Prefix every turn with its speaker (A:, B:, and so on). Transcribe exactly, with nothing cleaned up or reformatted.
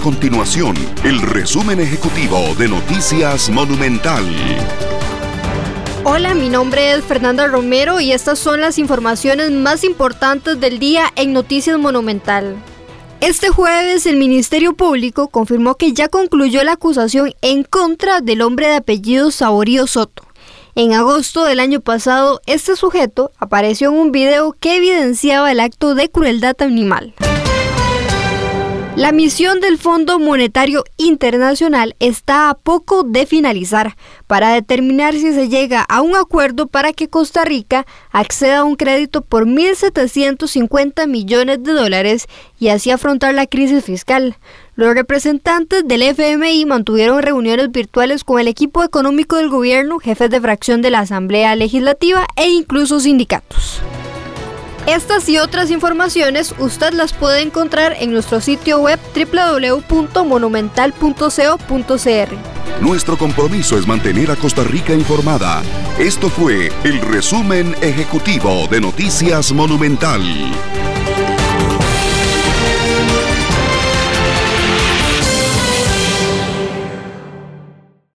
A: continuación el resumen ejecutivo de Noticias Monumental.
B: Hola, mi nombre es Fernanda Romero y estas son las informaciones más importantes del día en Noticias Monumental. Este jueves el Ministerio Público confirmó que ya concluyó la acusación en contra del hombre de apellido Saborío Soto. En agosto del año pasado, este sujeto apareció en un video que evidenciaba el acto de crueldad animal. La misión del Fondo Monetario Internacional está a poco de finalizar para determinar si se llega a un acuerdo para que Costa Rica acceda a un crédito por mil setecientos cincuenta millones de dólares y así afrontar la crisis fiscal. Los representantes del F M I mantuvieron reuniones virtuales con el equipo económico del gobierno, jefes de fracción de la Asamblea Legislativa e incluso sindicatos. Estas y otras informaciones usted las puede encontrar en nuestro sitio web doble u doble u doble u punto monumental punto co punto c r.
A: Nuestro compromiso es mantener a Costa Rica informada. Esto fue el resumen ejecutivo de Noticias Monumental.